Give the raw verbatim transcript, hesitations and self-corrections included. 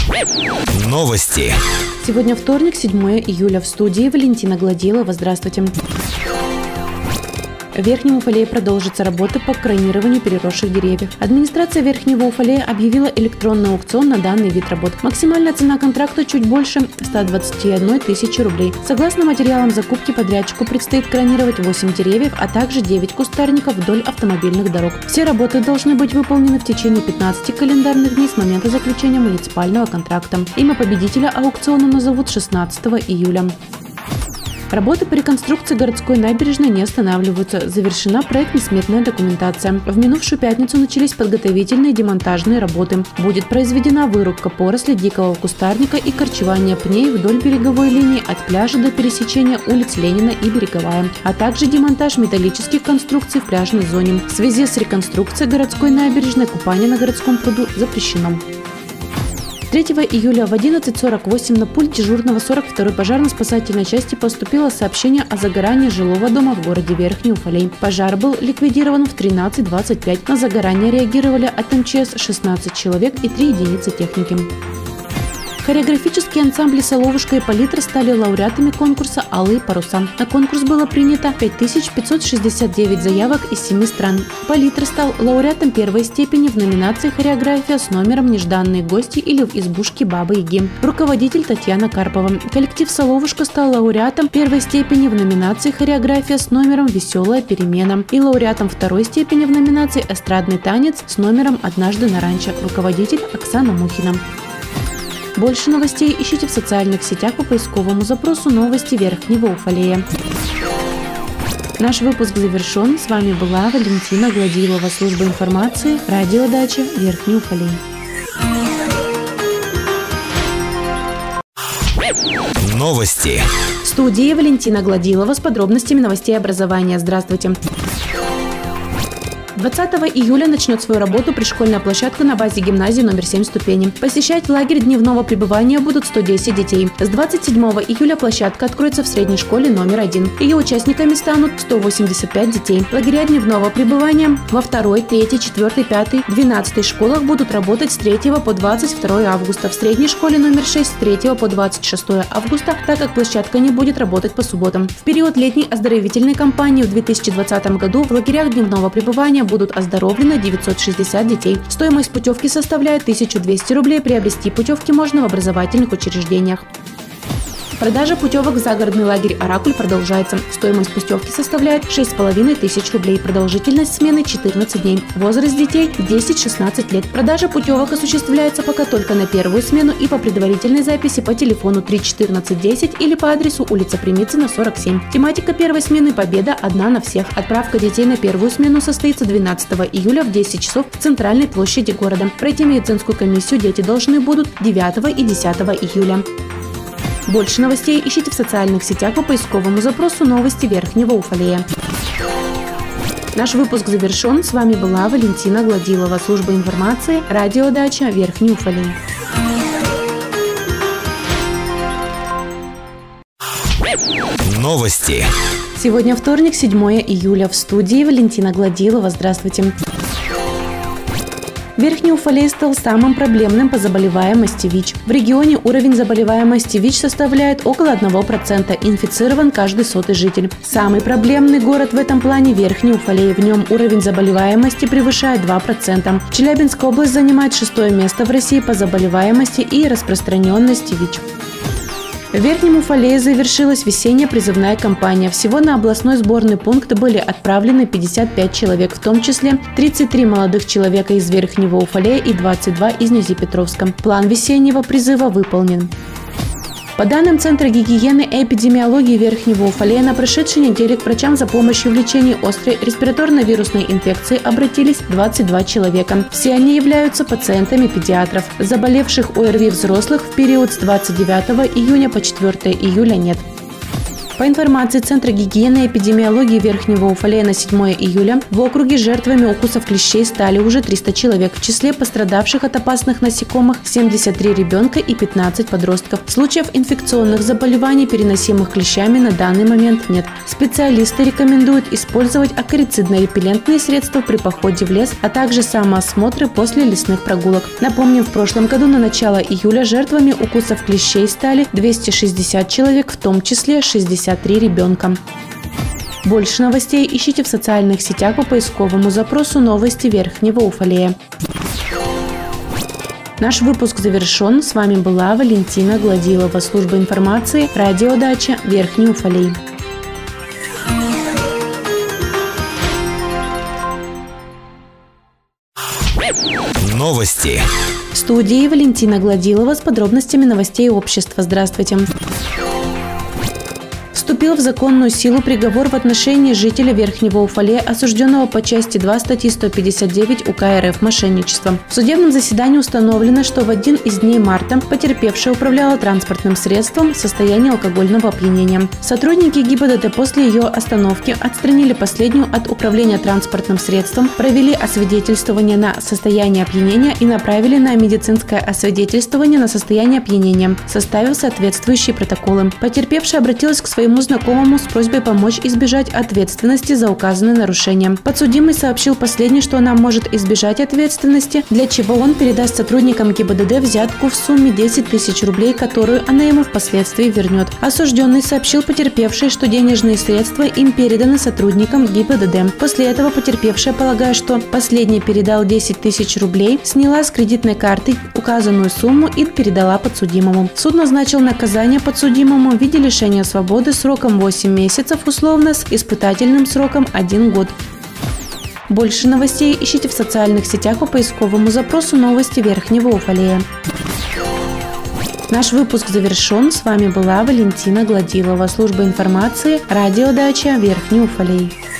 Новости. Сегодня вторник, седьмое июля. В студии Валентина Гладилова. Здравствуйте. В Верхнем Уфалее продолжатся работы по кронированию переросших деревьев. Администрация Верхнего Уфалея объявила электронный аукцион на данный вид работ. Максимальная цена контракта чуть больше ста двадцати одной тысячи рублей. Согласно материалам закупки, подрядчику предстоит кронировать восемь деревьев, а также девять кустарников вдоль автомобильных дорог. Все работы должны быть выполнены в течение пятнадцати календарных дней с момента заключения муниципального контракта. Имя победителя аукциона назовут шестнадцатого июля. Работы по реконструкции городской набережной не останавливаются. Завершена проектно-сметная документация. В минувшую пятницу начались подготовительные демонтажные работы. Будет произведена вырубка поросли дикого кустарника и корчевание пней вдоль береговой линии от пляжа до пересечения улиц Ленина и Береговая, а также демонтаж металлических конструкций в пляжной зоне. В связи с реконструкцией городской набережной купание на городском пруду запрещено. третьего июля в одиннадцать сорок восемь на пульт дежурного сорок второй пожарно-спасательной части поступило сообщение о загорании жилого дома в городе Верхний Уфалей. Пожар был ликвидирован в тринадцать двадцать пять. На загорание реагировали от эм че эс шестнадцать человек и три единицы техники. Хореографические ансамбли «Соловушка» и «Палитра» стали лауреатами конкурса «Алые паруса». На конкурс было принято пять тысяч пятьсот шестьдесят девять заявок из семи стран. «Палитра» стал лауреатом первой степени в номинации «Хореография» с номером «Нежданные гости» или «В избушке Бабы-Яги». Руководитель Татьяна Карпова. Коллектив «Соловушка» стал лауреатом первой степени в номинации «Хореография» с номером «Веселая перемена» и лауреатом второй степени в номинации «Эстрадный танец» с номером «Однажды на ранчо». Руководитель Оксана Мухина. Больше новостей ищите в социальных сетях по поисковому запросу «Новости Верхнего Уфалея». Наш выпуск завершен. С вами была Валентина Гладилова, служба информации, радиодача Верхний Уфалей. Новости. В студии Валентина Гладилова с подробностями новостей образования. Здравствуйте. двадцатого июля начнет свою работу пришкольная площадка на базе гимназии номер семь «Ступени». Посещать лагерь дневного пребывания будут сто десять детей. С двадцать седьмого июля площадка откроется в средней школе номер один. Ее участниками станут сто восемьдесят пять детей. Лагеря дневного пребывания во второй, третьей, четвёртой, пятой, двенадцатой школах будут работать с третьего по двадцать второе августа. В средней школе номер шесть с третьего по двадцать шестое августа, так как площадка не будет работать по субботам. В период летней оздоровительной кампании в две тысячи двадцатом году в лагерях дневного пребывания будут оздоровлено девятьсот шестьдесят детей. Стоимость путевки составляет тысячу двести рублей. Приобрести путевки можно в образовательных учреждениях. Продажа путевок в загородный лагерь «Оракуль» продолжается. Стоимость путевки составляет шесть с половиной тысяч рублей. Продолжительность смены четырнадцать дней. Возраст детей десять-шестнадцать лет. Продажа путевок осуществляется пока только на первую смену и по предварительной записи по телефону три четырнадцать десять или по адресу улица Примицына, сорок семь. Тематика первой смены «Победа одна на всех». Отправка детей на первую смену состоится двенадцатого июля в десять часов в центральной площади города. Пройти медицинскую комиссию дети должны будут девятого и десятого июля. Больше новостей ищите в социальных сетях по поисковому запросу «Новости Верхнего Уфалея». Наш выпуск завершен. С вами была Валентина Гладилова, служба информации, радиодача Верхний Уфалей. Новости. Сегодня вторник, седьмое июля. В студии Валентина Гладилова. Здравствуйте. Верхний Уфалей стал самым проблемным по заболеваемости ВИЧ. В регионе уровень заболеваемости ВИЧ составляет около одного процента, инфицирован каждый сотый житель. Самый проблемный город в этом плане – Верхний Уфалей. В нем уровень заболеваемости превышает два процента. Челябинская область занимает шестое место в России по заболеваемости и распространенности ВИЧ. В Верхнем Уфалее завершилась весенняя призывная кампания. Всего на областной сборный пункт были отправлены пятьдесят пять человек, в том числе тридцать три молодых человека из Верхнего Уфалея и двадцать два из Нязепетровска. План весеннего призыва выполнен. По данным Центра гигиены и эпидемиологии Верхнего Уфалея, на прошедшей неделе к врачам за помощью в лечении острой респираторно-вирусной инфекции обратились двадцать два человека. Все они являются пациентами педиатров. Заболевших ОРВИ взрослых в период с двадцать девятого июня по четвёртое июля нет. По информации Центра гигиены и эпидемиологии Верхнего Уфалея на седьмое июля в округе жертвами укусов клещей стали уже триста человек. В числе пострадавших от опасных насекомых семьдесят три ребенка и пятнадцать подростков. Случаев инфекционных заболеваний, переносимых клещами, на данный момент нет. Специалисты рекомендуют использовать акарицидно-репеллентные средства при походе в лес, а также самоосмотры после лесных прогулок. Напомним, в прошлом году на начало июля жертвами укусов клещей стали двести шестьдесят человек, в том числе шестьдесят три ребенка. Больше новостей ищите в социальных сетях по поисковому запросу «Новости Верхнего Уфалея». Наш выпуск завершен. С вами была Валентина Гладилова, служба информации, радиодача Верхний Уфалей. Новости. В студии Валентина Гладилова с подробностями новостей общества. Здравствуйте. Вступил в законную силу приговор в отношении жителя Верхнего Уфалея, осужденного по части два статьи сто пятьдесят девять УК РФ «Мошенничество». В судебном заседании установлено, что в один из дней марта потерпевшая управляла транспортным средством в состоянии алкогольного опьянения. Сотрудники ГИБДД после ее остановки отстранили последнюю от управления транспортным средством, провели освидетельствование на состояние опьянения и направили на медицинское освидетельствование на состояние опьянения, составив соответствующие протоколы. Потерпевшая обратилась к своему знакомому с просьбой помочь избежать ответственности за указанное нарушение. Подсудимый сообщил последний, что она может избежать ответственности, для чего он передаст сотрудникам ГИБДД взятку в сумме десять тысяч рублей, которую она ему впоследствии вернет. Осужденный сообщил потерпевшей, что денежные средства им переданы сотрудникам ГИБДД. После этого потерпевшая, полагая, что последний передал десять тысяч рублей, сняла с кредитной карты указанную сумму и передала подсудимому. Суд назначил наказание подсудимому в виде лишения свободы сроком восемь месяцев условно с испытательным сроком один год. Больше новостей ищите в социальных сетях по поисковому запросу «Новости Верхнего Уфалея». Наш выпуск завершен. С вами была Валентина Гладилова, служба информации, радиодача Верхний Уфалей.